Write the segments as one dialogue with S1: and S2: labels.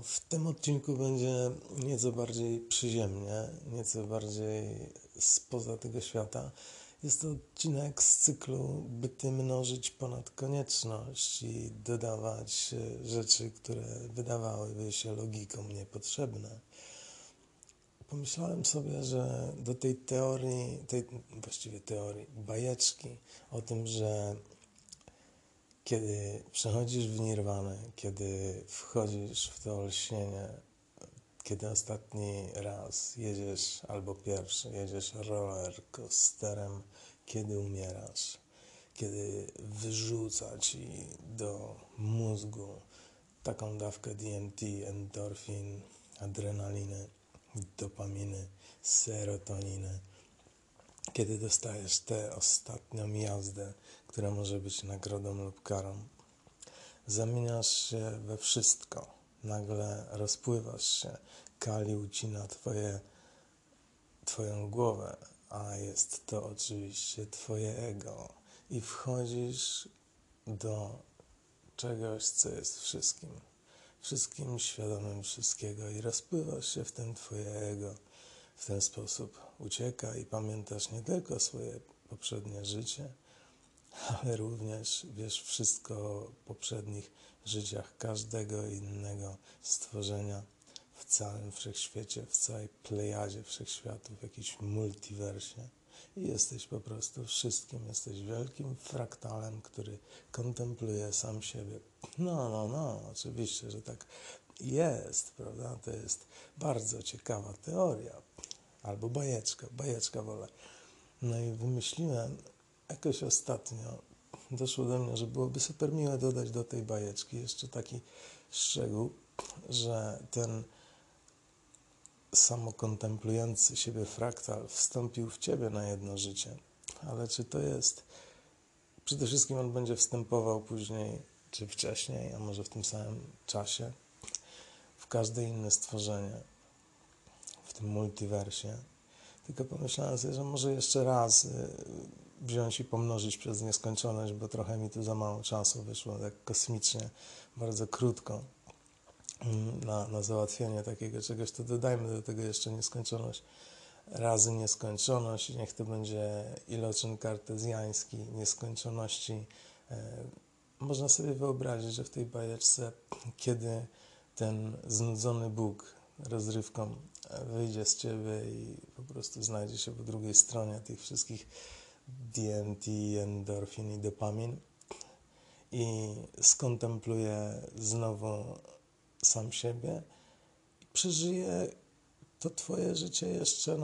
S1: W tym odcinku będzie nieco bardziej przyziemnie, nieco bardziej spoza tego świata. Jest to odcinek z cyklu by ty mnożyć ponad konieczność i dodawać rzeczy, które wydawałyby się logiką niepotrzebne. Pomyślałem sobie, że do tej teorii, bajeczki o tym, że kiedy przechodzisz w nirwanę, kiedy wchodzisz w to olśnienie, kiedy ostatni raz jedziesz albo pierwszy jedziesz roller coasterem, kiedy umierasz, kiedy wyrzuca ci do mózgu taką dawkę DMT, endorfin, adrenaliny, dopaminy, serotoniny, kiedy dostajesz tę ostatnią jazdę, która może być nagrodą lub karą, zamieniasz się we wszystko. Nagle rozpływasz się, kali ucina twoją głowę, a jest to oczywiście twoje ego. I wchodzisz do czegoś, co jest wszystkim świadomym wszystkiego i rozpływasz się w tym twoje ego. W ten sposób ucieka i pamiętasz nie tylko swoje poprzednie życie, ale również wiesz wszystko o poprzednich życiach każdego innego stworzenia w całym wszechświecie, w całej plejadzie wszechświatów, w jakimś multiversie. I jesteś po prostu wszystkim, jesteś wielkim fraktalem, który kontempluje sam siebie. No, oczywiście, że tak jest, prawda? To jest bardzo ciekawa teoria. Albo bajeczka wolę. No i wymyśliłem jakoś ostatnio, doszło do mnie, że byłoby super miłe dodać do tej bajeczki jeszcze taki szczegół, że ten samokontemplujący siebie fraktal wstąpił w ciebie na jedno życie. Ale czy to jest... Przede wszystkim on będzie wstępował później, czy wcześniej, a może w tym samym czasie, w każde inne stworzenie, w tym multiversie. Tylko pomyślałem sobie, że może jeszcze raz wziąć i pomnożyć przez nieskończoność, bo trochę mi tu za mało czasu wyszło, tak kosmicznie, bardzo krótko na załatwienie takiego czegoś, to dodajmy do tego jeszcze nieskończoność razy nieskończoność i niech to będzie iloczyn kartezjański nieskończoności. Można sobie wyobrazić, że w tej bajeczce, kiedy ten znudzony Bóg rozrywką wyjdzie z ciebie i po prostu znajdzie się po drugiej stronie tych wszystkich DMT, endorfin i dopamin i skontempluje znowu sam siebie i przeżyje to twoje życie jeszcze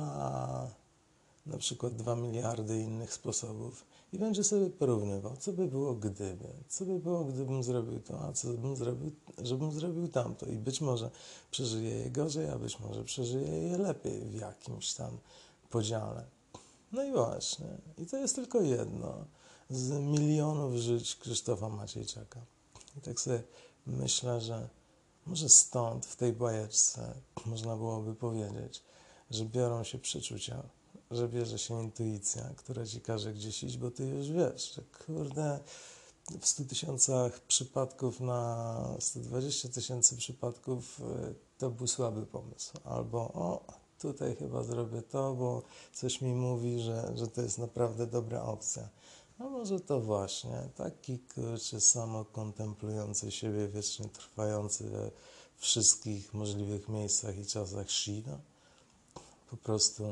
S1: na przykład 2 miliardy innych sposobów i będzie sobie porównywał, co by było gdybym zrobił to, a co bym zrobił, żebym zrobił tamto i być może przeżyje je gorzej, a być może przeżyje je lepiej w jakimś tam podziale. No i właśnie, i to jest tylko jedno z milionów żyć Krzysztofa Maciejczaka. I tak sobie myślę, że może stąd w tej bajeczce można byłoby powiedzieć, że biorą się przeczucia, że bierze się intuicja, która ci każe gdzieś iść, bo ty już wiesz, że kurde, w 100 000 przypadków na 120 000 przypadków to był słaby pomysł. Albo tutaj chyba zrobię to, bo coś mi mówi, że to jest naprawdę dobra opcja. No może to właśnie taki kurczę samokontemplujący siebie, wiecznie trwający we wszystkich możliwych miejscach i czasach Shida po prostu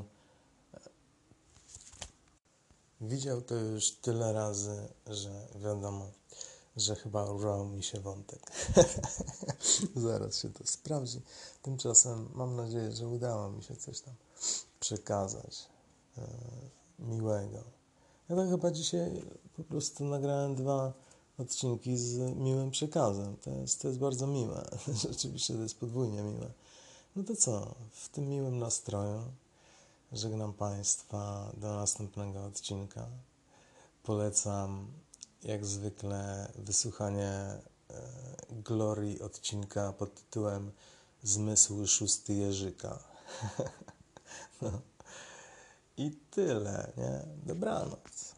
S1: widział to już tyle razy, że wiadomo, że chyba urwał mi się wątek. Zaraz się to sprawdzi. Tymczasem mam nadzieję, że udało mi się coś tam przekazać miłego. Ja tak chyba dzisiaj po prostu nagrałem 2 odcinki z miłym przekazem. To jest bardzo miłe. Rzeczywiście to jest podwójnie miłe. No to co? W tym miłym nastroju żegnam Państwa do następnego odcinka. Polecam jak zwykle wysłuchanie glorii odcinka pod tytułem Zmysł szósty Jerzyka. No. I tyle, nie? Dobranoc.